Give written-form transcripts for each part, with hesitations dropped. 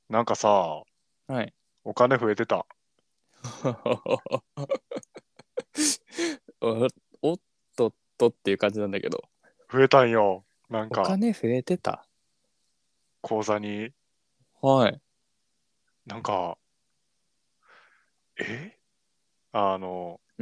なんかさ、 はい。 お金増えてた。 おおっとっとっていう感じなんだけど、 増えたんよ。なんおか、 金増えてた。 口座に、 はい。 なんか、えあの、 うん。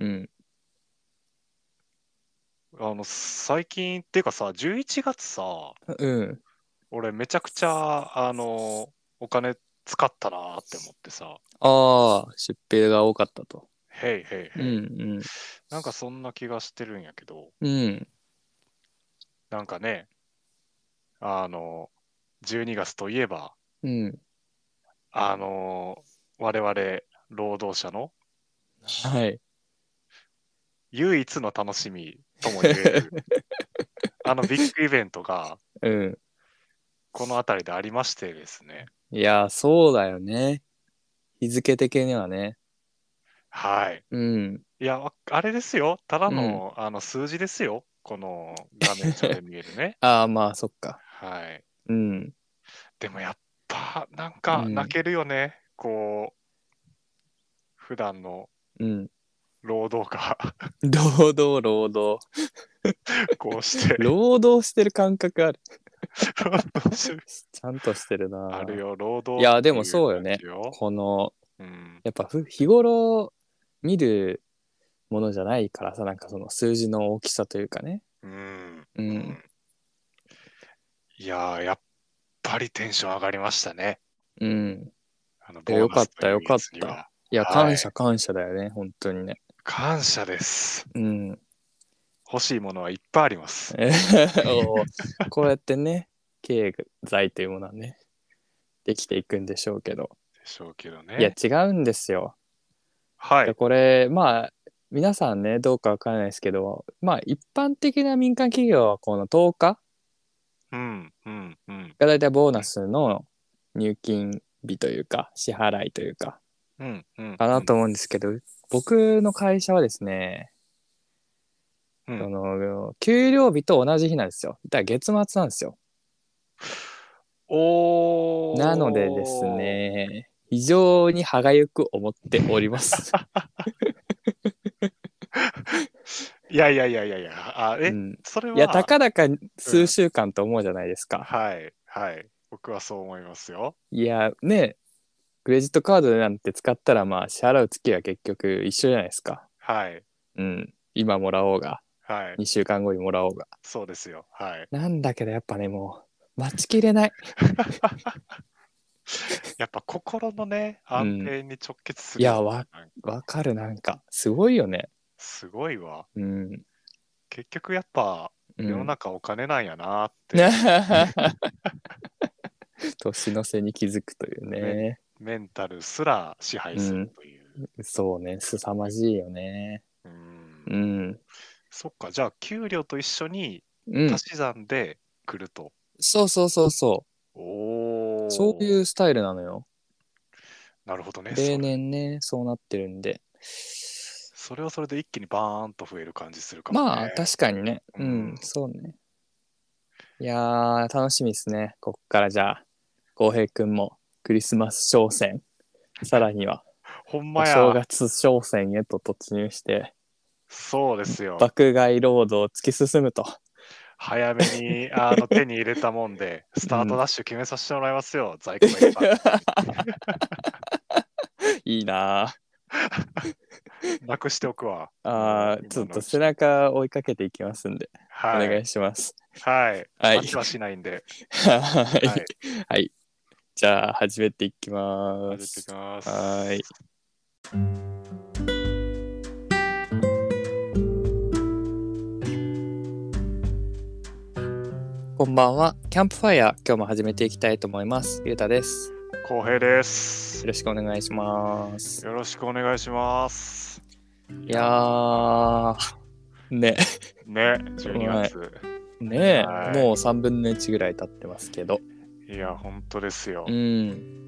最近っていうかさ、11月さ、 うん。 俺めちゃくちゃ、お金使ったなーって思ってさ、 ああ、出費が多かったと。 へいへいうんへい。 うん。 なんかそんな気がしてるんやけど、 うん。 なんかね、あの、12月といえば、 うん。 あの、我々労働者のはい。 唯一の楽しみとも言える、ビッグイベントが、 うん。 この辺りでありましてですね。 いや、そうだよね。日付的にはね。 はい。 うん。 いや、あれですよ。ただうん。 の、数字ですよ。この画面上で見えるね。 ああ、まあ、そっか。 はい。 うん。 でもやっぱ、なんうか泣ん。 けるよね。こう、普段のうん。 労働が労働。 こうして労働してる感覚ある。 労働してる。 ちゃんとしてるな。 あるよ、労いや、で働ってもいう感そうよね。 じよ。 この、 うん。 やっぱ日頃見るものじゃないからさ、なんかその数字の大きさというかね。 うん。 うん。 うん。いやー、やっぱりテンション上がりましたね。 うん。 ボーナよかった、よスというやかった。 つには。 いや、 はい。 感謝だよね、本当にね。 感謝です。 うん。 欲しいものはいっぱいあります。 こうやってね、経済というものはね、できていくんでしょうけど。 でしょうけどいや、 ね。 違うんですよ。で、 はい。 これ、まあ、皆さんね、どうかわからないですけど、まあ、一般的な民間企業はこの10日うん、うん、うん、 がだいたいボーナスの入金日というか、支払いというか、 うん、うん、うん、 かなと思うんですけど、僕の会社はですね、 うん。 給料日と同じ日なんですよ。だから月末なんですよ。なのでですおー。 ね、非常に歯がゆく思っております。 いやいやいやいやいや、 うん。 それいや、たは、 かだかうん、 数週間と思うじゃないですか。 はい、はい。僕はそう思いますよ。 いや、ね、クレジットカードなんて使ったら、まあ、支払う月は結局一緒じゃないですか。 はい、 うん。今もらおうが、 はい。 2週間後にもらおうが。 そうですよ。はい。 なんだけど、やっぱね、もう、待ちきれない。 やっぱ心のね、安うん。 定に直結すいや、 るよね。 わかる、なんか。すごいよね。 すごいわ。 うん。 結局やっぱ世のうん。 中お金なんやなって、 年の瀬に気づくというメン、 ね。 メンタルすら支配するうん。 という。 そうね、凄まじいよね。 ううん。 ん。 そっか、じゃあ給料と一緒にうん。 足し算で来ると。 そうそうそうそう。そうおー、 いうスタイルなのよ。 なるほどね。 例年ね、そうなってるんで。 それはそれで一気にバーンと増える感じするかもまあ、 ね。 確かにね。 うん。 うん、そうね。いやー、楽しみですね。こっからじゃあ、浩平くんもクリスマス商戦、さらにはほんおまや。 正月商戦へと突入して、 そうですよ。 爆買い労働を突き進むと。 早めに手に入れたもんで、スタートうん。 ダッシュ決めさせてもらいますよ。在庫がいっぱいある時に。 いいななくしておくわ。もうちょっと背今のうちに。 中追いかけていきますんで、お願はい。 いします。 はい。 はい。 待ちはしないんで。 はい。 はい。 はい。じゃあ、始めていき始めていきます。 まはい。 す。 こんばんは。キャンプファイヤー、今日も始めていきたいと思います。ゆうたです。 浩平です。 よろしくお願いします。 よろしくお願いします。 いやー、ね。 ね、12 はい。 月。 ねえ、 はもう3分の1ぐらい経ってますけど。 い。いや、本当ですよ。 うん。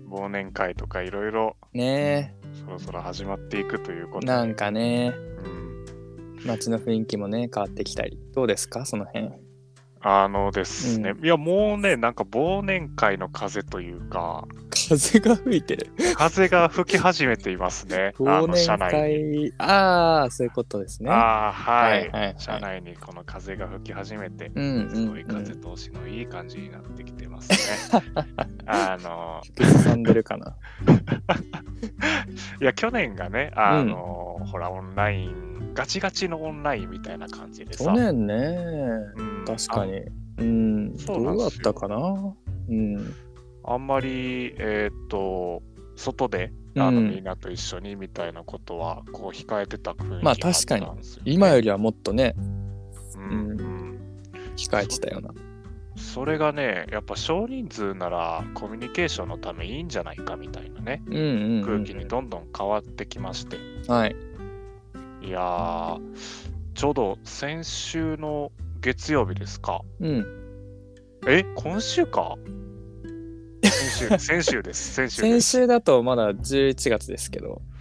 忘年会とかいろいろねそろそろ始まっていくというこえ、 とで。 なんかね、 うん。 街の雰囲気もね、変わってきたり。どうですか、その辺。 ですね、いやもうね、なんか忘年会の風というか、 風が吹いてる。 風が吹き始めていますね。 忘年社内に。 会、ああ、そういうことですね。 はい、 はいはいはい社内にこの風が吹き始めて、 うんうんうんそういう風通しのいい感じになってきてますね。 菊池さんでるかな。 いや、去年がね、 うんほら、オンライン、ガチガチのオンラインみたいな感じでさ。 去年ね、 うん確かに。うん、 そうなんですよどうだったかな。うん。 あんまり、外で、 うんみんなと一緒にみたいなことは、こう、控えてた雰囲気まあがあっ確かにたんですよね。 今よりはもっとね、 うん控えてたような。 それがね、やっぱ少人数ならコミュニケーションのためいいんじゃないかみたいなね、 うんうんうん、 空気にどんどん変わってきまして。 はい。 いやー、ちょうど先週の月曜日ですか。 うん。 今週か先週です。 先週だとまだ11月ですけど。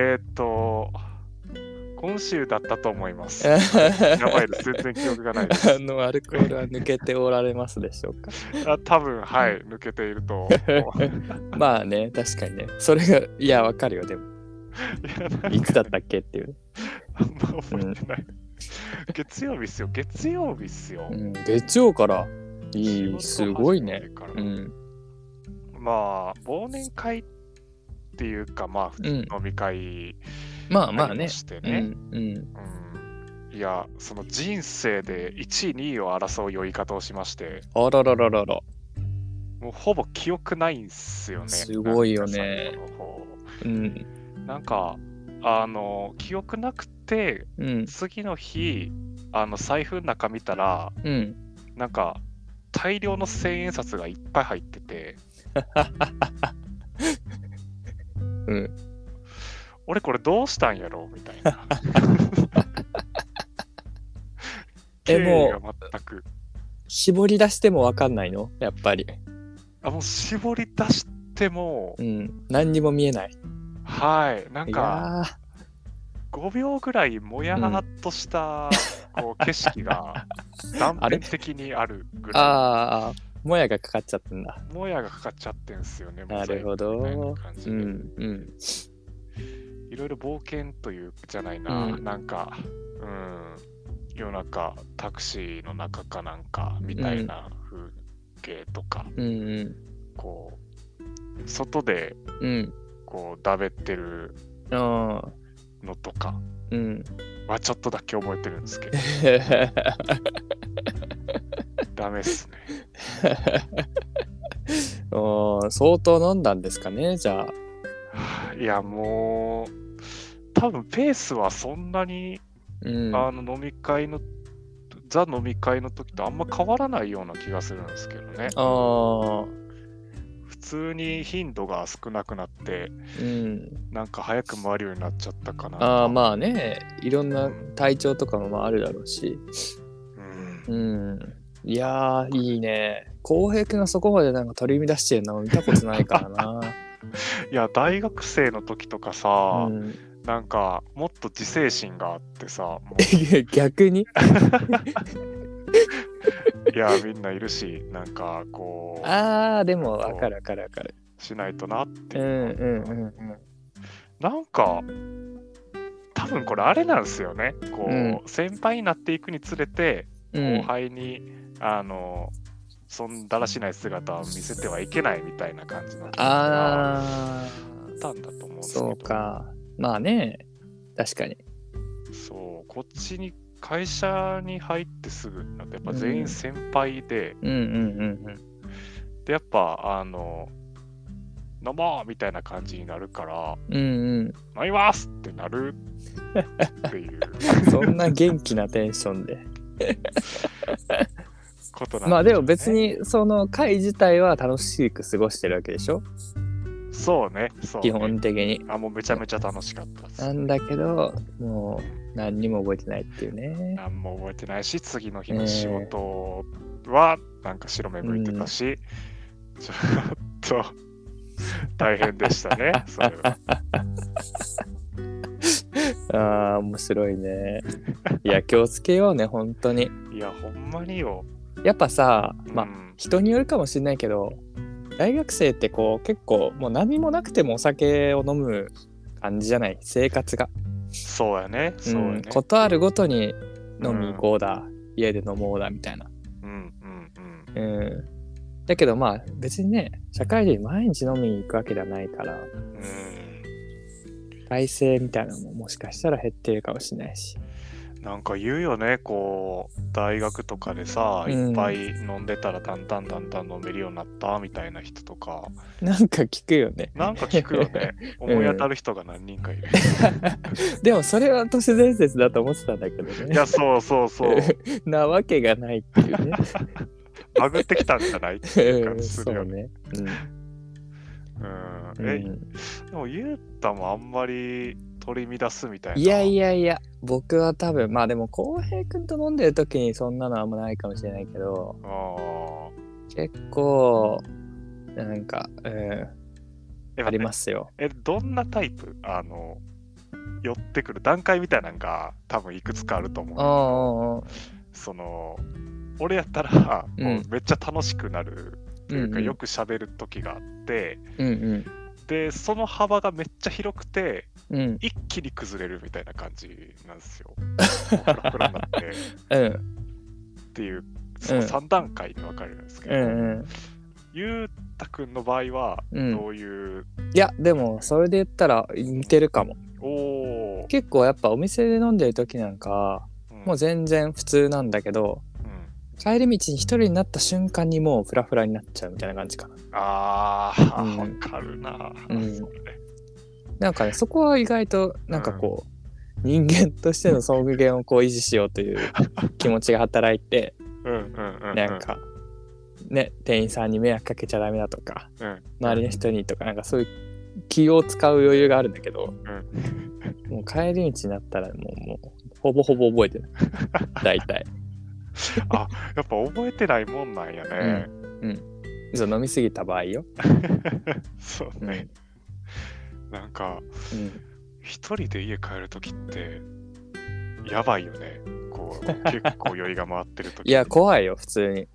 今週だったと思います。やばいです。全然記憶がないです。 アルコールは抜けておられますでしょうか。 多分、はい、抜けていると。 まあね、確かにね。それが、いや、わかるよ、でも。いつだったっけっていう。 あんま覚えてない。月曜日っすよ、月曜日っすよ。 月曜からいい、すごいね。 まあ、忘年会っていうか、まあ、普通の飲み会、 まあまあね。 してね。いや、その人生で1位、2位を争う酔い方をしまして。 あららららら。 もうほぼ記憶ないんすよね。 すごいよね。 なんか、記憶なくて、次の日、財布の中見たら、なんか、大量の千円札がいっぱい入ってて、俺これどうしたんやろみたいな。 もう、 全く絞り出しても分かんないのやっぱり。 もう絞り出しても、 何にも見えない。 はい、なんか、5秒ぐらいもやっとした、こう景色が断片的にあるぐらい。 ああ、もやがかかっちゃったんだ。 もやがかかっちゃってんすよね。 なるほど。 いろいろ冒険というじゃないな、なんか、夜中タクシーの中かなんかみたいな風景とか、こう外でこうだべってるのとかはちょっとだけ覚えてるんですけど、ダメっすね。 相当飲んだんですかね、じゃあ。いやもう多分ペースはそんなに、飲み会の飲み会の時とあんま変わらないような気がするんですけどね。普通に頻度が少なくなって、なんか早く回るようになっちゃったかな。 まあね、いろんな体調とかもあるだろうし。いやー、いいね。浩平君がそこまでなんか取り乱してるの見たことないからな。 いや、大学生の時とかさ、なんかもっと自制心があってさ、もう逆にいや、みんないるし、なんかこう。でも分かる。 しないとなって。なんか、多分これあれなんですよね。こう、先輩になっていくにつれて、後輩に、そんだらしない姿を見せてはいけないみたいな感じのあったんだと思うんですけど。 そうか。まあね、確かに。 そう、こっちに会社に入ってすぐなんてやっぱ全員先輩で、でやっぱ飲もうみたいな感じになるから、飲みますってなるっていうそんな元気なテンションでことなんですね。 まあでも別にその会自体は楽しく過ごしてるわけでしょ。 そうね。 基本的に。 もうめちゃめちゃ楽しかったです。 なんだけど、もう何にも覚えてないっていうね。 何も覚えてないし、次の日の仕事はなんか白目向いてたし、ちょっと大変でしたね、それは。 面白いね。いや、気をつけようね、本当に。 いや、ほんまによ。 やっぱさ、まあ人によるかもしれないけど、大学生ってこう結構もう何もなくてもお酒を飲む感じじゃない、生活が。 そうやね、そうやね。 ことあるごとに飲み行こうだ、家で飲もうだみたいな。だけどまあ別にね、社会人毎日飲みに行くわけではないから、体制みたいなのももしかしたら減ってるかもしれないし。 なんか言うよね、こう大学とかでさ、いっぱい飲んでたらだんだん飲めるようになったみたいな人とか、 なんか聞くよね。 なんか聞くよね。思い当たる人が何人かいる。 でもそれは都市伝説だと思ってたんだけどね。 いや、そうなわけがないっていうね。 バグってきたんじゃないっていう感じするよね。でもゆうたもあんまり取り乱すみたいな。 いや僕は多分まあでも浩平くんと飲んでる時にそんなのあんまないかもしれないけど、結構なんか、ありますよ。 どんなタイプ寄ってくる段階みたいなのが多分いくつかあると思う。その俺やったらもうめっちゃ楽しくなるというか、よく喋る時があって、でその幅がめっちゃ広くて、一気に崩れるみたいな感じなんですよ。フラフラになって、っていうその3段階に分かれるんですけど、ゆうたくんの場合はどういう、 いやでもそれで言ったら似てるかも。結構やっぱお店で飲んでる時なんか、もう全然普通なんだけど、帰り道に一人になった瞬間にもうフラフラになっちゃうみたいな感じかな。 わかるな。 なんかね、そこは意外となんかこう、人間としての尊厳をこう維持しようという気持ちが働いて、なんかね、店員さんに迷惑かけちゃダメだとか、周りの人にとか、なんかそういう気を使う余裕があるんだけど、もう帰り道になったらもうほぼほぼ覚えてない。大体。 やっぱ覚えてないもんなんやね。 そう飲みすぎた場合よ。 そうね。なんか一人で家帰るときってやばいよね。こう結構酔いが回ってるとき。 いや怖いよ普通に。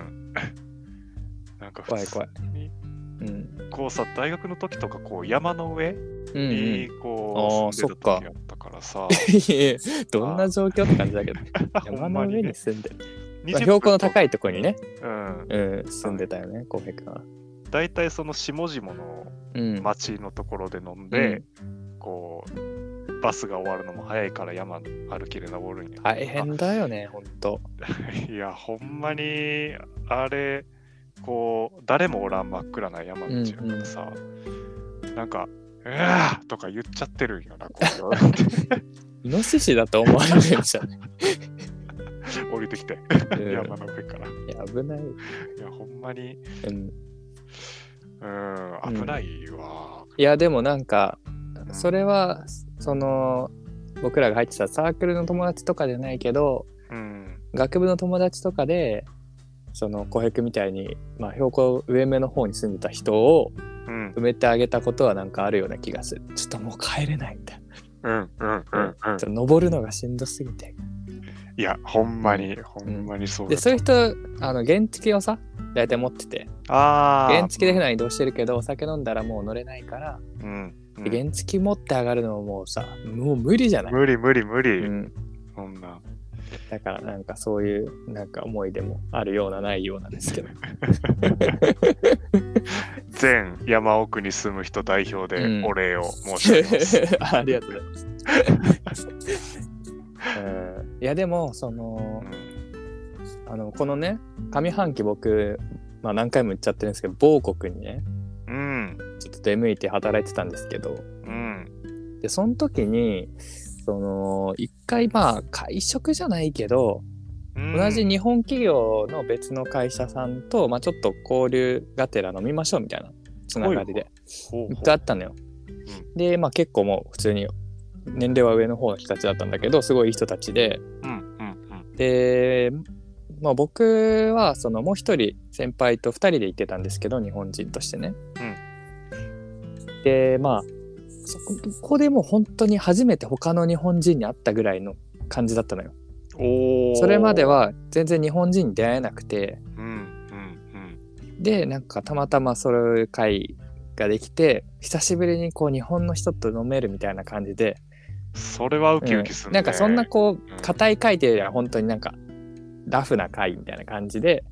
なんか普通にこうさ、大学の時とかこう山の上にこう住んでた時あったからさ。 どんな状況って感じだけど、山の上に住んでる。標高の高いところにね、住んでたよね、浩平君は。 だいたいその下々の町のところで飲んで、こうバスが終わるのも早いから山歩きで登るんや。 大変だよね、ほんと。 いや、ほんまにあれ、こう誰もおらん真っ暗な山道やからさ、なんかとか言っちゃってるんよな、こうイノシシだと思われるんじゃない？ 降りてきて、山の上から。 いや、危ない。 いや、ほんまに、危ないわ。 いや、でもなんか、それは、その、僕らが入ってたサークルの友達とかじゃないけど、学部の友達とかで、その浩平君みたいに、まあ、標高上目の方に住んでた人を埋めてあげたことはなんかあるような気がする。ちょっともう帰れないみたいな。登るのがしんどすぎて。 いや、ほんまにそうだ。 で、そういう人、原付をさ、大体持ってて、原付で普段移動してるけど、お酒飲んだらもう乗れないから、原付持って上がるのももうさ、もう無理じゃない？ 無理。そんな。 だからなんかそういうなんか思い出もあるようなないようなんですけど。 全山奥に住む人代表でお礼を申し上げます。 ありがとうございます。いやでもその、このね上半期僕、まあ、何回も言っちゃってるんですけど某国にね、ちょっと出向いて働いてたんですけど、でその時にその一回まあ会食じゃないけど、同じ日本企業の別の会社さんと、まあ、ちょっと交流がてら飲みましょうみたいなつながりであったのよ。でまあ結構もう普通に年齢は上の方の人たちだったんだけど、すごいいい人たちで、で、まあ、僕はそのもう一人先輩と2人で行ってたんですけど、日本人としてね。でまあそこでもう本当に初めて他の日本人に会ったぐらいの感じだったのよ。 それまでは全然日本人に出会えなくて、でなんかたまたまそういう会ができて久しぶりにこう日本の人と飲めるみたいな感じで、 それはウキウキするね、 なんかそんなこう硬い会っていうよりは本当になんかラフな会みたいな感じで、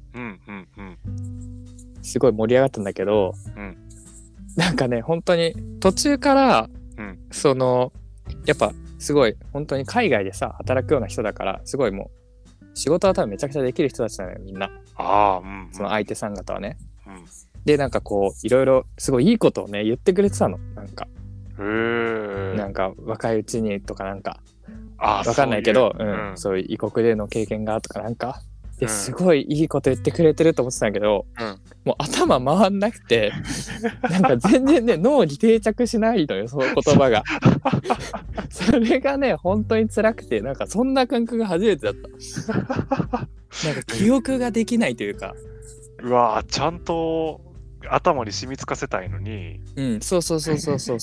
すごい盛り上がったんだけど、なんかね本当に途中から、そのやっぱすごい本当に海外でさ働くような人だからすごいもう仕事は多分めちゃくちゃできる人たちなのよみんな。その相手さん方はね。でなんかこういろいろすごいいいことをね言ってくれてたの。なんか若いうちにとかなんかわかんないけどそういう異国での経験がとかなんかですごいいいこと言ってくれてると思ってたんだけど、もう頭回んなくてなんか全然ね脳に定着しないのよその言葉がそれがね本当に辛くて、なんかそんな感覚が初めてだったなんか記憶ができないというかうわちゃんと頭に染みつかせたいのに、 そうその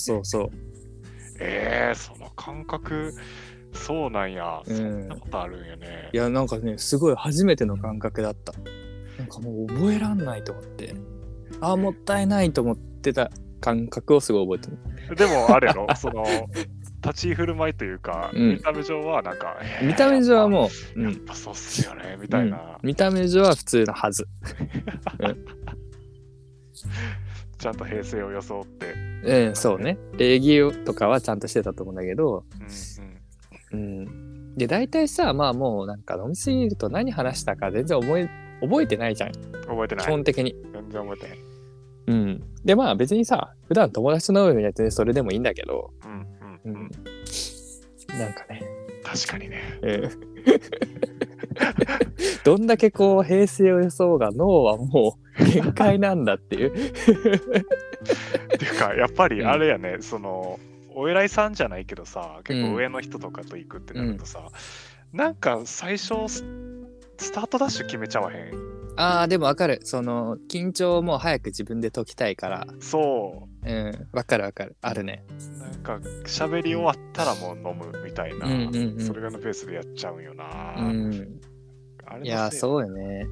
感覚そうなんや、そんなことあるんやね。 いやなんかねすごい初めての感覚だった。なんかもう覚えらんないと思って、もったいないと思ってた感覚をすごい覚えてる。 でもあれやろその立ち居振る舞いというか、見た目上はなんか見た目上はもうやっぱそうっすよねみたいな、 見た目上は普通のはずちゃんと平成を装ってそうね礼儀とかはちゃんとしてたと思うんだけど、で大体さまあもうなんか飲みすぎると何話したか全然覚えてないじゃん。 覚えてない。 基本的に全然覚えてない。 でまあ別にさ普段友達と飲むやつでそれでもいいんだけど、なんかね確かにね、 どんだけこう平成を装うが脳はもう限界なんだっていうっていうかやっぱりあれやね、そのお偉いさんじゃないけどさ結構上の人とかと行くってなるとさ、なんか最初スタートダッシュ決めちゃわへん。 でも分かる、その緊張をもう早く自分で解きたいから。 そう分かるあるね。 なんか喋り終わったらもう飲むみたいな、それぐらいのペースでやっちゃうんよな。 あれいやそうよね。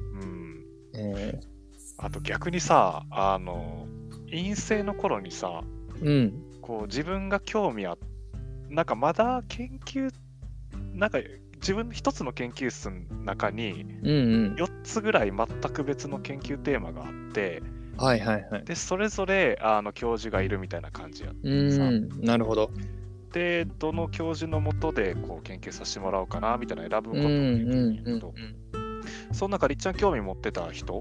あと逆にさ陰性の頃にさ、こう自分が興味なんかまだ研究なんか自分一つの研究室の中に4つぐらい全く別の研究テーマがあって、でそれぞれ教授がいるみたいな感じやってさ、 なるほど。 でどの教授のもとでこう研究させてもらおうかなみたいな選ぶこともできるんやけど、その中で一番興味持ってた人、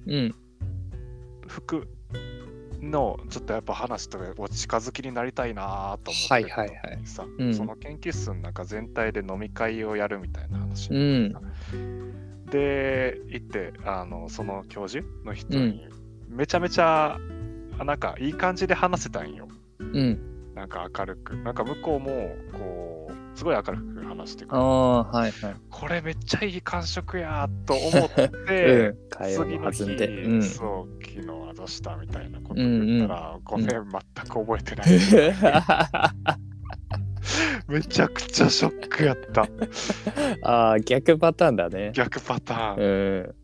服のちょっとやっぱ話とかお近づきになりたいなと思ってた時にさ、その研究室の中全体で飲み会をやるみたいな話になってさ、で行ってその教授の人にめちゃめちゃなんかいい感じで話せたんよ。なんか明るく、なんか向こうもこうすごい明るく話してくれて、これめっちゃいい感触やと思って次の日、そう昨日はどうしたみたいなこと言ったら、ごめん全く覚えてないめちゃくちゃショックやった。 逆パターンだね。 逆パターン。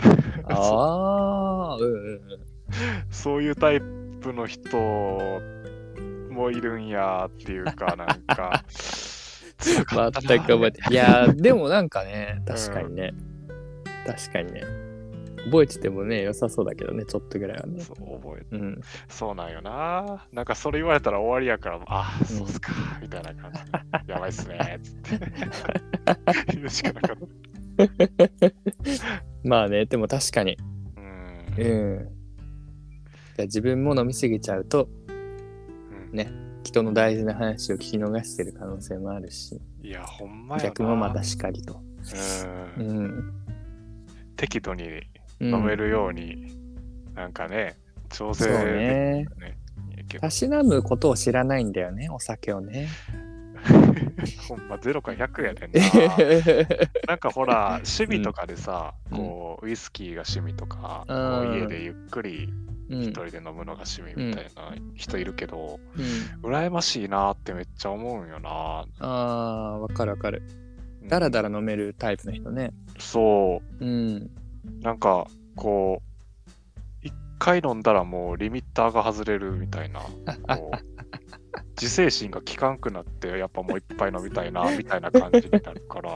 そういうタイプの人もいるんやっていうか、なんか全く覚えていやでもなんかね確かにね、覚えててもね良さそうだけどね、ちょっとぐらいはね。 そう覚えて、そうなんよな。なんかそれ言われたら終わりやから、そうっすかみたいな感じでやばいっすねっつって言うしかなかったまあね、でも確かに自分も飲みすぎちゃうとね、人の大事な話を聞き逃してる可能性もあるし、 いやほんまやな、 逆もまたしかりと、 適度に飲めるように、なんかね調整できるね。 たしなむことを知らないんだよね、お酒をね。 ほんま0か100やでんな。なんかほら趣味とかでさ、こうウイスキーが趣味とか、こう家でゆっくり一人で飲むのが趣味みたいな人いるけど、羨ましいなってめっちゃ思うんよな。 わかる。 だらだら飲めるタイプの人ね。 そう。 うん。 なんか、こう、一回飲んだらもうリミッターが外れるみたいな、こう自制心が効かんくなって、やっぱもう一杯飲みたいな、みたいな感じになるから、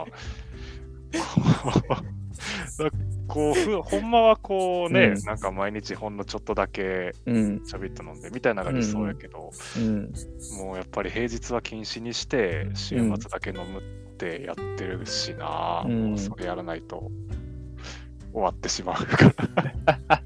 ほんまはこうね、なんか毎日ほんのちょっとだけちょびっと飲んでみたいなのが理想やけど、もうやっぱり平日は禁止にして週末だけ飲むってやってるしな、もうそれやらないと終わってしまうから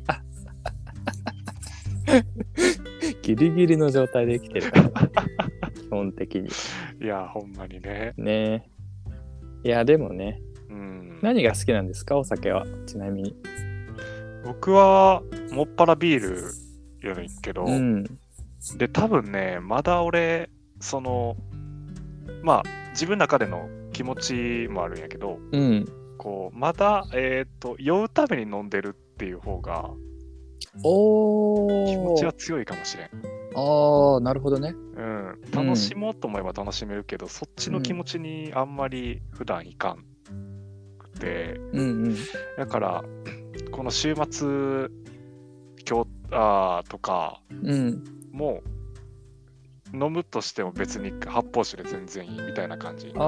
ギリギリの状態で生きてるから、基本的に。 いやほんまにね。 ね。いやでもね、何が好きなんですか、お酒は。ちなみに僕はもっぱらビールやねんけど、で多分ね、まだ俺そのまあ自分の中での気持ちもあるんやけど、こうまだ酔うために飲んでるっていう方が気持ちは強いかもしれん。 ああ、なるほどね。 楽しもうと思えば楽しめるけど、そっちの気持ちにあんまり普段いかんくて、だからこの週末今日とかもう飲むとしても別に発泡酒で全然いいみたいな感じ。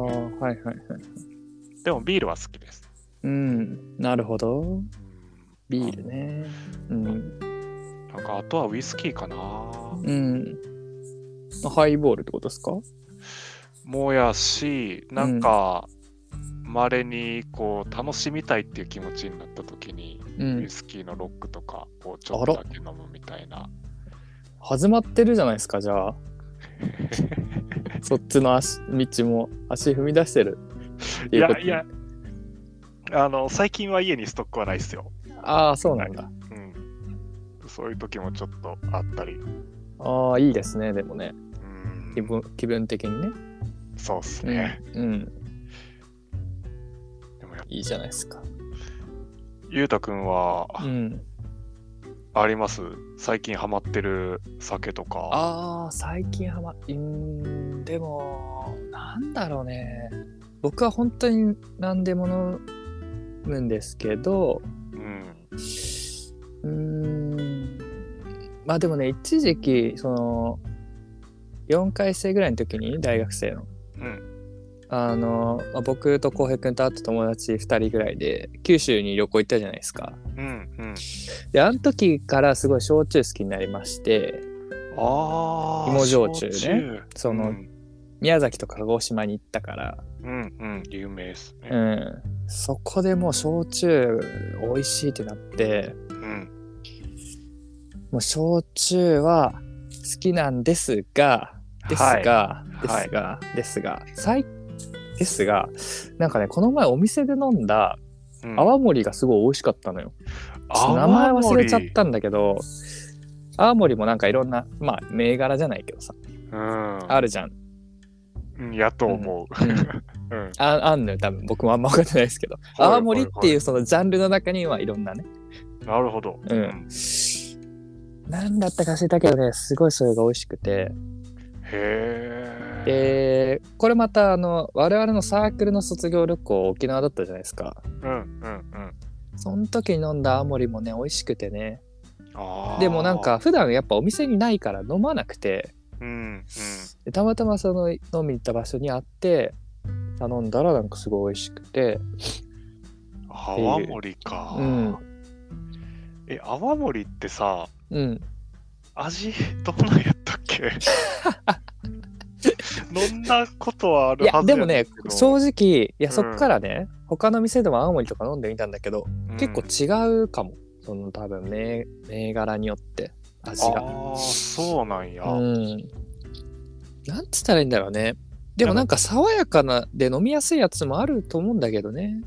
でもビールは好きです。 なるほど。ビールね。 なんかあとはウイスキーかな。 ハイボールってことですか？ もやし、なんか稀にこう楽しみたいっていう気持ちになった時に、ウイスキーのロックとかをちょっとだけ飲むみたいな。 始まってるじゃないですか、じゃあ。そっちの道も足踏み出してる。 いやいや、最近は家にストックはないっすよ。 ああ、そうなんだ。 そういう時もちょっとあったり。 ああ、いいですね、でもね。気分的にね。 そうっすね。でもいいじゃないですか。 ゆうたくんは、あります？最近ハマってる酒とか。 ああ、最近でも、なんだろうね。僕は本当に何でも飲むんですけど、まあでもね、一時期その4回生ぐらいの時に大学生の、僕と浩平君と会った友達2人ぐらいで九州に旅行行ったじゃないですか。であの時からすごい焼酎好きになりまして、芋焼酎ね。その、宮崎とか鹿児島に行ったから、 有名ですね。 そこでもう焼酎美味しいってなって、もう焼酎は好きなんですが、なんかね、この前お店で飲んだ泡盛がすごい美味しかったのよ。名前忘れちゃったんだけど、泡盛もなんかいろんな、まあ銘柄じゃないけどさ、あるじゃん。 やと思う。 あんのよ、多分僕もあんま分かってないですけど、泡盛っていうそのジャンルの中にはいろんなね。 なるほど。 なんだったか忘れたけどね、すごいそれが美味しくて。で、これまた我々のサークルの卒業旅行沖縄だったじゃないですか。その時に飲んだ泡盛もね、美味しくてね。でもなんか普段やっぱお店にないから飲まなくて、でたまたまその飲みに行った場所にあって頼んだらなんかすごい美味しくて。 泡盛か。泡盛ってさ、味どんなんやったっけ？飲んだことはあるはずやけど。いやでもね、 正直そっからね、他の店でも泡盛とか飲んでみたんだけど、結構違うかも。その多分銘柄によって味が。 そうなんや。 なんつったらいいんだろうね。でもなんか爽やかなで飲みやすいやつもあると思うんだけどね。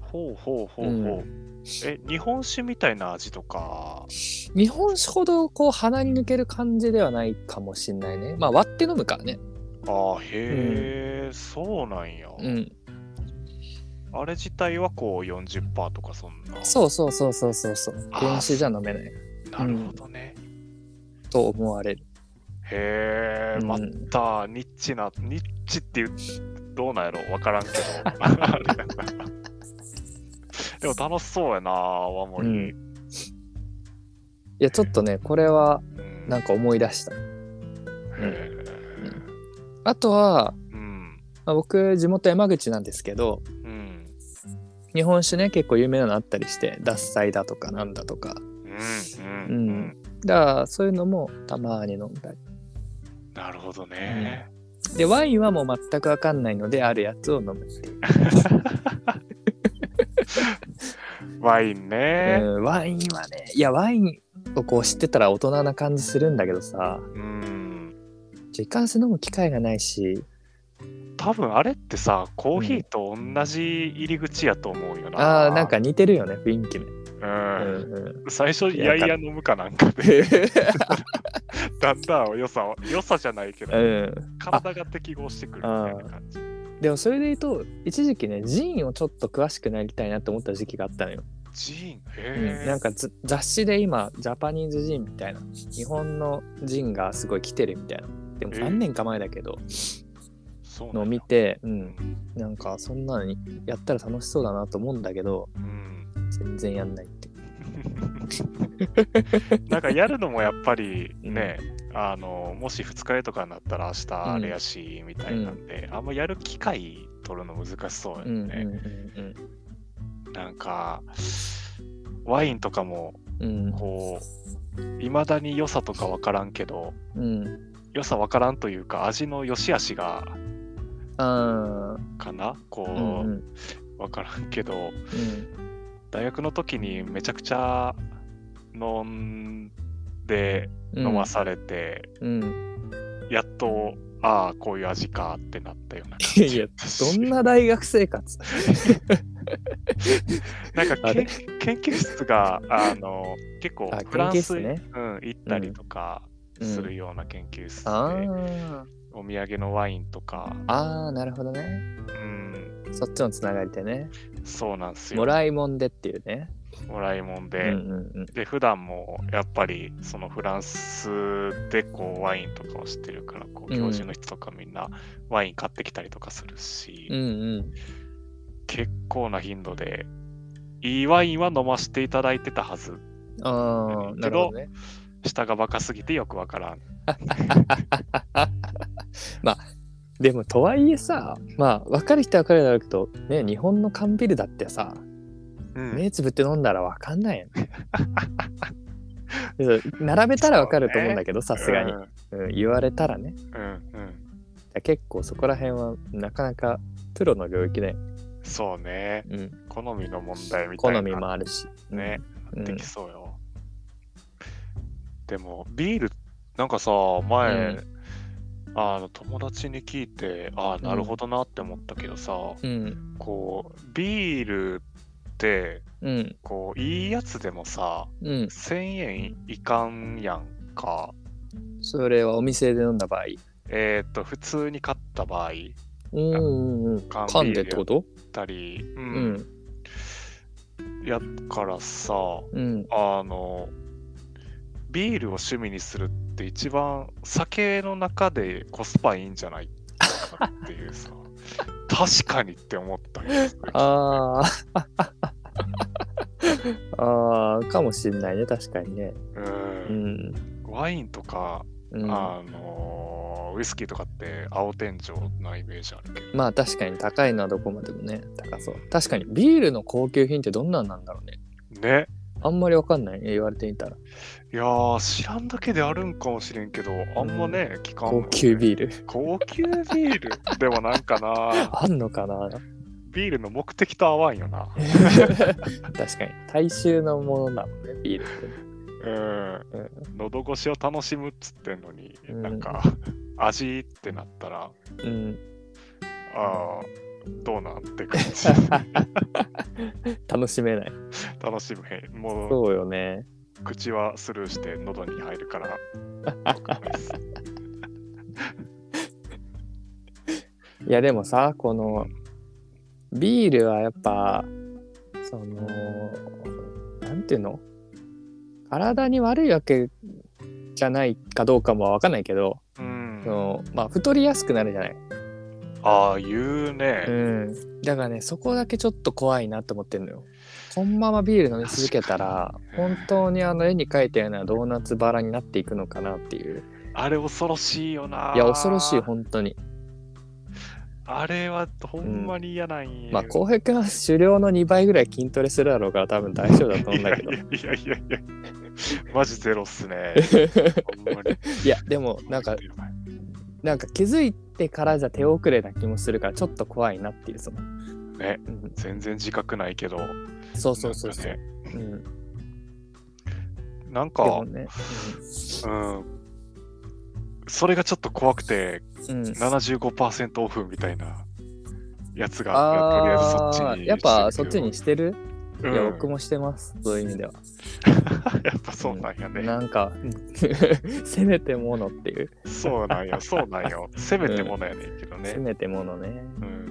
日本酒みたいな味とか。 日本酒ほどこう鼻に抜ける感じではないかもしんないね。まあ割って飲むからね。 そうなんや。あれ自体はこう 40% とかそんな。 そう。原酒じゃ飲めない。 なるほどね。 と思われる。 またニッチって言っどうなんやろわからんけどあれやなでも楽しそうやな泡盛、 いやちょっとねこれはなんか思い出した、あとは、僕地元山口なんですけど、日本酒ね結構有名なのあったりして獺祭だとかなんだとか、だからそういうのもたまに飲んだり。 なるほどね、 でワインはもう全く分かんないのであるやつを飲むっていうワインね、 ワインはねいやワインをこう知ってたら大人な感じするんだけどさ、いかんせん飲む機会がないし、 多分あれってさコーヒーと同じ入り口やと思うよな、 なんか似てるよね雰囲気ね、 最初いやいや飲むかなんかでだんだん良さじゃないけど、体が適合してくるみたいな感じ。 でもそれで言うと一時期ねジンをちょっと詳しくなりたいなって思った時期があったのよ。 ジンなんか雑誌で今ジャパニーズジンみたいな日本のジンがすごい来てるみたいな、でも何年か前だけど、のを見て、なんかそんなのにやったら楽しそうだなと思うんだけど、全然やんないってなんかやるのもやっぱりね、もし2日目とかになったら明日あれやしみたいなんで、あんまやる機会取るの難しそうやね、なんかワインとかもこういまだに良さとか分からんけど、良さ分からんというか味の良し悪しがかなこう、分からんけど、大学の時にめちゃくちゃ飲んで飲まされて、やっとこういう味かってなったような感じ。 いやどんな大学生活なんか研究室が結構フランスに、行ったりとかするような研究室で、お土産のワインとか。 なるほどね。そっちのつながりでね。 そうなんですよ。 もらいもんでっていうね。 もらいもんで、で普段もやっぱりそのフランスでこうワインとかを知ってるから、こう教授の人とかみんなワイン買ってきたりとかするし、結構な頻度でいいワインは飲ませていただいてたはず。 なるほどね。 下がバカすぎてよくわからん。 まあでもとはいえさ、分かる人は分かるだろうけどね、日本の缶ビールだってさ、目つぶって飲んだら分かんないよね並べたら分かると思うんだけど、さすがに、言われたらね、結構そこら辺はなかなかプロの領域で、 そうね、好みの問題みたいな、 好みもあるしね、できそうよ。でもビールなんかさ前、友達に聞いてなるほどなって思ったけどさ、こうビールってこういいやつでもさ、1000円いかんやんか。 それはお店で飲んだ場合、 普通に買った場合、 缶でってこと？ たり、やからさ、ビールを趣味にするって一番酒の中でコスパいいんじゃないかっていうさ確かにって思ったけどかもしんないね、確かにね。 ワインとか、ウイスキーとかって青天井なイメージあるけど、 確かに高いのはどこまでもね高そう。確かにビールの高級品ってどんなんなんだろうね。あんまりわかんないね、言われてみたら。 いやー、知らんだけであるんかもしれんけど、あんまね、聞かんもんね。 高級ビール。 高級ビールでもなんかな。 あんのかな。 ビールの目的と合わんよな。 確かに。大衆のものだもんね、ビールって。 喉越しを楽しむっつってんのに、なんか、味ってなったら、どうなんって感じ。 楽しめない。 楽しめへん。もうそうよね。 口はスルーして喉に入るから分かんないです。 いやでもさ、このビールはやっぱそのなんていうの、体に悪いわけじゃないかどうかも分かんないけど、太りやすくなるじゃない。 ああ、言うね。 だからね、そこだけちょっと怖いなって思ってんのよ。このままビール飲み続けたら、本当に絵に描いたようなドーナツバラになっていくのかなっていう。 あれ恐ろしいよな。 いや、恐ろしい、本当に。 あれはほんまに嫌なんや。 まあ、浩平君は狩猟の2倍ぐらい筋トレするだろうから多分大丈夫だと思うんだけど。 いや。マジゼロっすね。ほんまに。 いや、でもなんか気づいてからじゃ手遅れな気もするからちょっと怖いなっていうその。 ね、全然自覚ないけど。 そう。 なんか、それがちょっと怖くて、75% オフみたいなやつが、とりあえずそっちに。 やっぱそっちにしてる？いや、僕もしてます、そういう意味では。 やっぱそうなんやね。 なんか、せめてものっていう。 そうなんよ。せめてものやねんけどね。 せめてものね。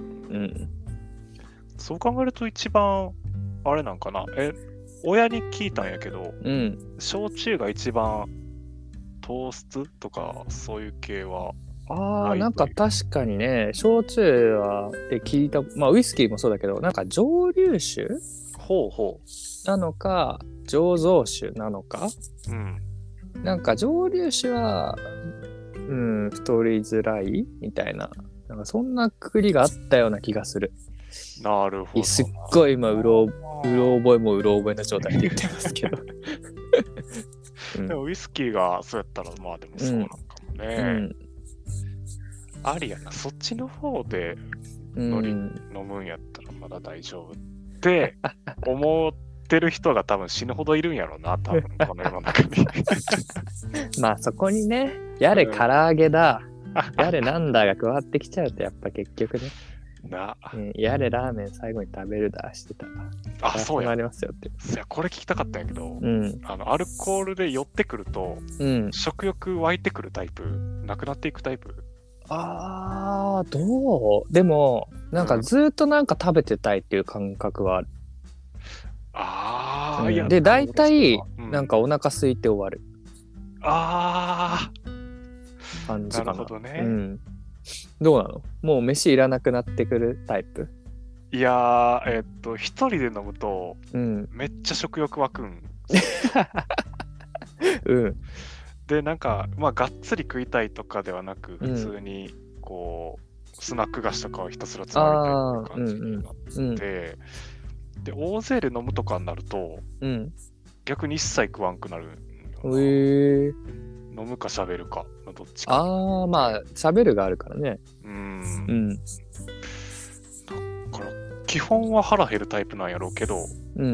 そう考えると一番、あれなんかな。親に聞いたんやけど、焼酎が一番糖質とかそういう系はなんか確かにね、焼酎はって聞いた、まあウイスキーもそうだけど、なんか蒸留酒なのか醸造酒なのか、なんか蒸留酒は太りづらいみたいな、なんかそんなくくりがあったような気がする。 なるほど。 すっごい今うろ覚えの状態で言ってますけど。 でもウイスキーがそうやったらまあでもそうなんかもね。ありやな、そっちの方で飲むんやったらまだ大丈夫って思ってる人が多分死ぬほどいるんやろうな、多分この世の中に。 まあそこにね、やれ唐揚げだ、やれなんだが加わってきちゃうとやっぱ結局ね。やれラーメン最後に食べるだしてたら。 そうや。 ありますよって。 いや、これ聞きたかったんやけど、アルコールで酔ってくると、食欲湧いてくるタイプ、なくなっていくタイプ。 どう？でもなんかずっとなんか食べてたいっていう感覚はある。で大体なんかお腹空いて終わる。感じかな。 なるほどね。 どうなの？もう飯いらなくなってくるタイプ？ いや一人で飲むと、めっちゃ食欲湧くん。で、なんか、まあ、がっつり食いたいとかではなく、普通に、こう、スナック菓子とかをひたすらつまみたいな感じになって、で、大勢で飲むとかになると、逆に一切食わんくなる。飲むか喋るかのどっちか。 まあ、喋るがあるからね。 だから基本は腹減るタイプなんやろうけど、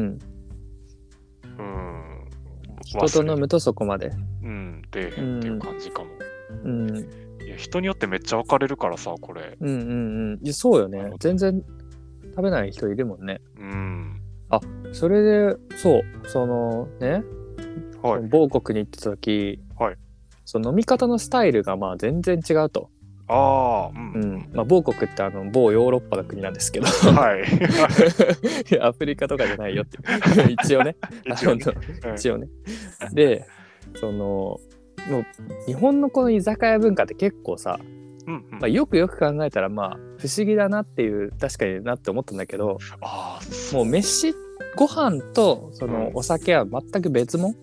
人と飲むとそこまで。 っていう感じかも。いや、人によってめっちゃ分かれるからさ、これ。 いや、そうよね。全然食べない人いるもんね。それで、そのね、某国に行ってた時、その飲み方のスタイルがまあ全然違うと。まあ某国って某ヨーロッパの国なんですけど、アフリカとかじゃないよって一応ね。一応ね。で、もう日本のこの居酒屋文化って結構さ、まあ、よく考えたらまあ不思議だなっていう、確かになって思ったんだけど、もうご飯とそのお酒は全く別物。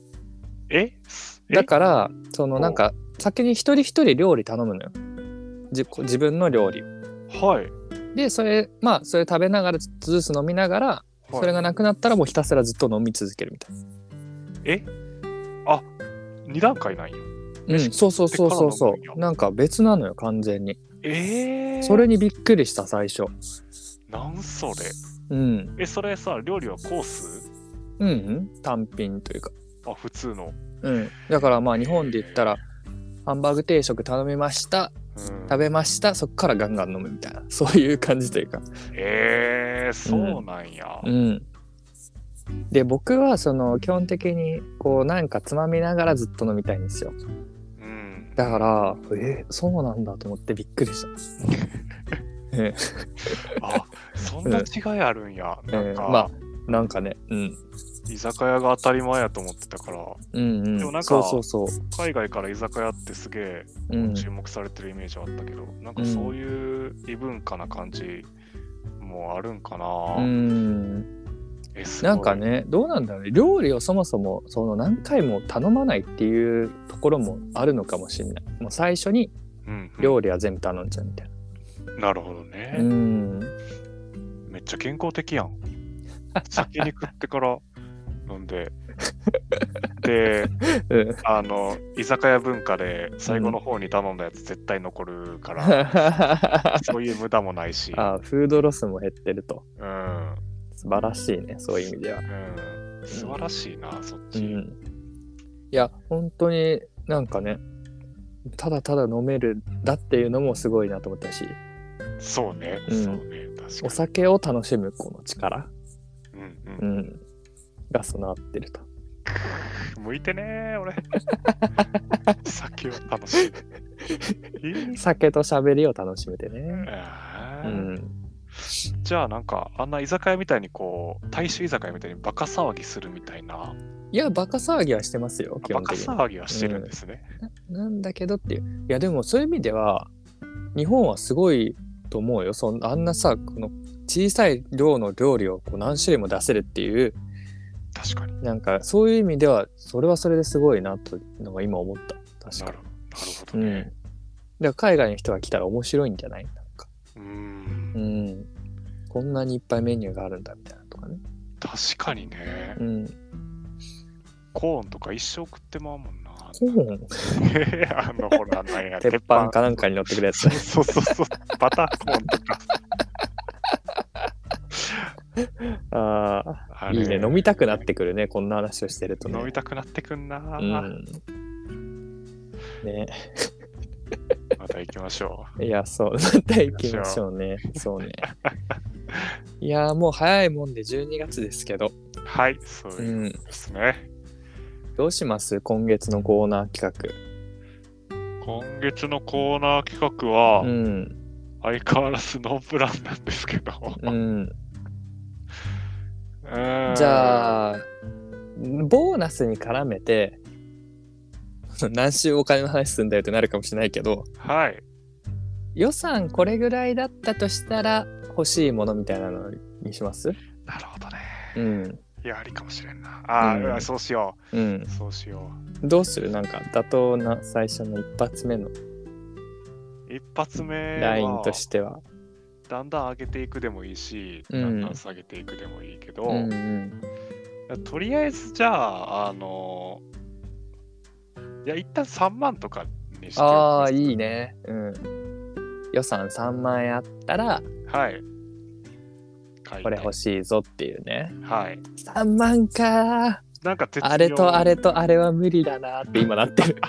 だからなんか先に一人一人料理頼むのよ。自分の料理を。でそれ食べながらジュース飲みながら、それがなくなったらもうひたすらずっと飲み続けるみたいな。 2段階なんよ。 そうなんか別なのよ完全に。それにびっくりした最初。 なんそれ。それさ、料理はコース？ 単品というか。 普通の。 だからまあ日本で言ったらハンバーグ定食頼みました、食べました、そっからガンガン飲むみたいな、そういう感じというか。 そうなんや。 で僕は基本的にこうなんかつまみながらずっと飲みたいんですよ。だからそうなんだと思ってびっくりした。 そんな違いあるんや。 まあなんかね、 居酒屋が当たり前やと思ってたから、 うんうん、 でもなんか海外から居酒屋ってすげえ注目されてるイメージはあったけど、なんかそういう異文化な感じもあるんかな。 なんかね、どうなんだろうね。料理をそもそもその何回も頼まないっていうところもあるのかもしれない。もう最初に料理は全部頼んじゃうみたいな。なるほどね。めっちゃ健康的やん。先に食ってから飲んで。で、居酒屋文化で最後の方に頼んだやつ絶対残るから、そういう無駄もないし。 フードロスも減ってると。素晴らしいね、そういう意味では。 素晴らしいな、そっち。いや、本当になんかね、ただただ飲めるだっていうのもすごいなと思ったし。 そうね、そうね、確かに。 お酒を楽しむこの力、が備わってると。 向いてねー、俺。酒を楽しむ。 酒と喋りを楽しめてね。 じゃあなんかあんな居酒屋みたいにこう大衆居酒屋みたいにバカ騒ぎするみたいな。 いやバカ騒ぎはしてますよ。 バカ騒ぎはしてるんですね。 なんだけどっていう。いやでもそういう意味では日本はすごいと思うよ。あんなさこの小さい量の料理をこう何種類も出せるっていう。 確かに。 なんかそういう意味ではそれはそれですごいなというのが今思った。確かに。 なるほどね。 だから海外の人が来たら面白いんじゃない？なんか。こんなにいっぱいメニューがあるんだみたいなとかね。 確かにね。コーンとか一生食ってまうもんな。 コーンほらなんや鉄板かなんかに乗ってくるやつ。 そう。バターコーンとか。 いいね。飲みたくなってくるね。こんな話をしてるとね。 飲みたくなってくんな。 ね。 また行きましょう。いや、そう。また行きましょうね。そうね。いや、もう早いもんで12月ですけど。 はい、そうですね。 どうします？今月のコーナー企画。 今月のコーナー企画は、相変わらずノープランなんですけど。 じゃあ、ボーナスに絡めて、何週お金の話すんだよってなるかもしれないけど、 はい。 予算これぐらいだったとしたら欲しいものみたいなのにします？ なるほどね。いや、ありかもしれんな。そうしよう。そうしよう。どうする？なんか妥当な最初の一発目の。 一発目ラインとしては。 だんだん上げていくでもいいし、だんだん下げていくでもいいけど、とりあえずじゃあ、いや、一旦3万とかにして。 いいね。予算3万円あったら、 はい。 これ欲しいぞっていうね。 はい。 3万か。 なんかあれとあれとあれは無理だなって今なってる。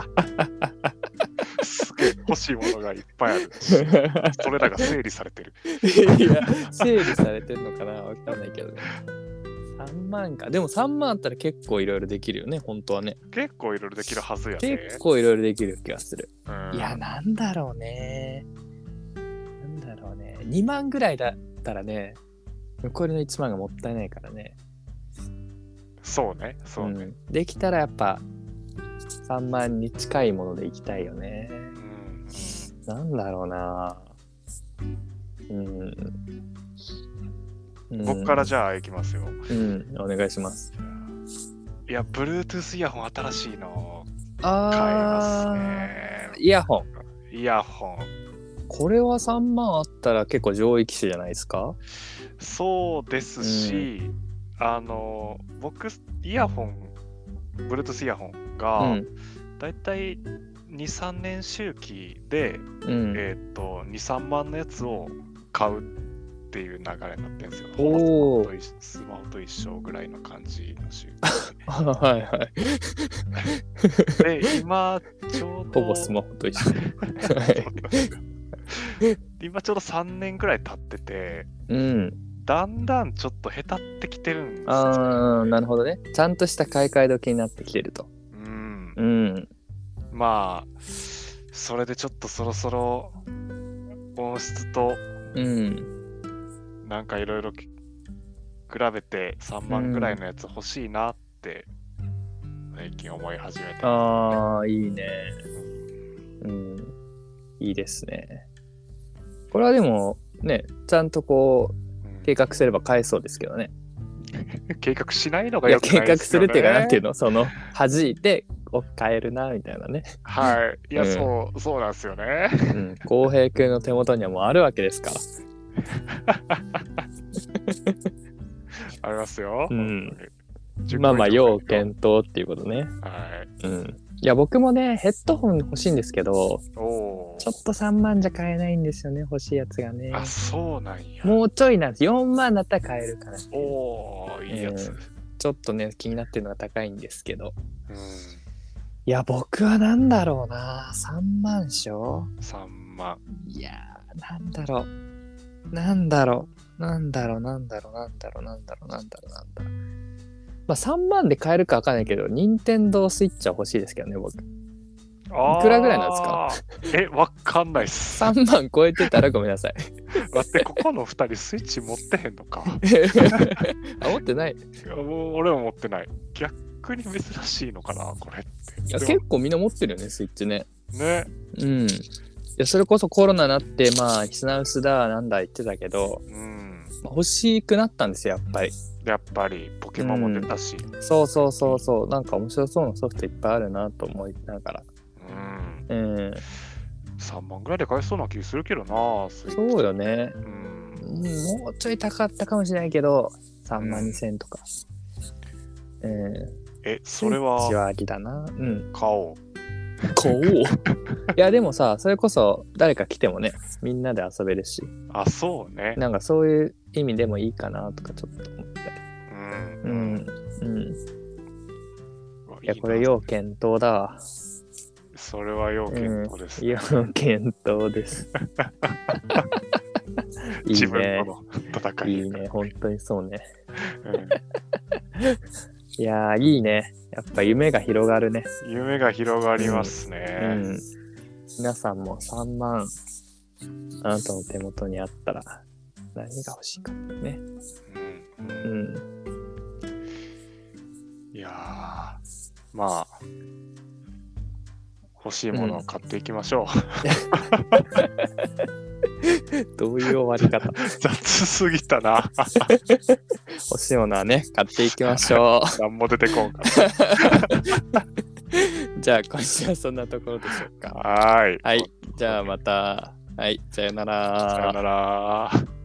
すげえ欲しいものがいっぱいある。それらが整理されてる。 いや、整理されてるのかなわかんないけどね。3万か。でも3万あったら結構いろいろできるよね、本当はね。 結構いろいろできるはずやね。 結構いろいろできる気がする。いや、なんだろうね。2万ぐらいだったらね、残りの1万がもったいないからね。 そうね。 できたらやっぱ3万に近いものでいきたいよね。なんだろうな。 僕からじゃあ行きますよ。 お願いします。 いや、Bluetooth イヤホン新しいの買いますね。 イヤホン。 これは3万あったら結構上位機種じゃないですか？ そうですし、僕、Bluetooth イヤホンが、だいたい2、3年周期で、2、3万のやつを買うっていう流れになってるんですよ。スマホと一緒ぐらいの感じの周期。 はいはい。 で、今、ちょうど。 ほぼスマホと一緒。 今ちょうど3年ぐらい経ってて、だんだんちょっとへたってきてるんですよ。 なるほどね。ちゃんとした買い替え時になってきてると。 まあ、それでちょっとそろそろ音質と、なんかいろいろ比べて3万ぐらいのやつ欲しいなって最近思い始めてます、ね。 ああ、いいね。いいですね。これはでもね、ちゃんとこう計画すれば買えそうですけどね。 計画しないのがよくないですよね。 計画するっていうか、なんていうの、その弾いて買えるなみたいなね。 はい。いや、そうなんですよね。 浩平君の手元にはもうあるわけですから。 ありますよ。 まあ要検討っていうことね。 はい。 いや僕もねヘッドホン欲しいんですけど、ちょっと3万じゃ買えないんですよね、欲しいやつがね。 あ、そうなんや。 もうちょいなんです。4万だったら買えるかな。 いいやつ。 ちょっとね気になってるのが高いんですけど。いや僕はなんだろうな、3万でしょ。 3万。 いやなんだろう。まあ3万で買えるか分かんないけど、任天堂スイッチは欲しいですけどね、僕。いくらぐらいなんですか？ わかんないっす。 3万超えてたらごめんなさい。 待って、ここの2人スイッチ持ってへんのか。 持ってない？ 俺も持ってない。逆に珍しいのかな、これって。 いや結構みんな持ってるよね、スイッチね。 ね。 いやそれこそコロナになってまあ品薄だなんだ言ってたけど、欲しくなったんですよ、 やっぱりポケモンも出たし、 そうなんか面白そうなソフトいっぱいあるなと思いながら、 3万ぐらいで買えそうな気するけどな。 そうよね、もうちょい高かったかもしれないけど3万2000円とか、 それはスイッチはありだな。 買おう。 いやでもさ、それこそ誰か来てもね、みんなで遊べるし。 あ、そうね。 なんかそういう意味でもいいかなとかちょっと思ったり。いやこれ要検討だわ。 それは要検討です、 要検討です。いいね。 自分との戦い。 いいね、本当にそうね。いやーいいね。やっぱ夢が広がるね。 夢が広がりますね。 皆さんも3万あなたの手元にあったら何が欲しいかね。 いやまあ欲しいものを買っていきましょう。 どういう終わり方？ 雑すぎたな。 欲しいものはね、買っていきましょう。 何も出てこんかった。 じゃあ今週はそんなところでしょうか。 はい。 じゃあまた。はい、さよなら。 さよなら。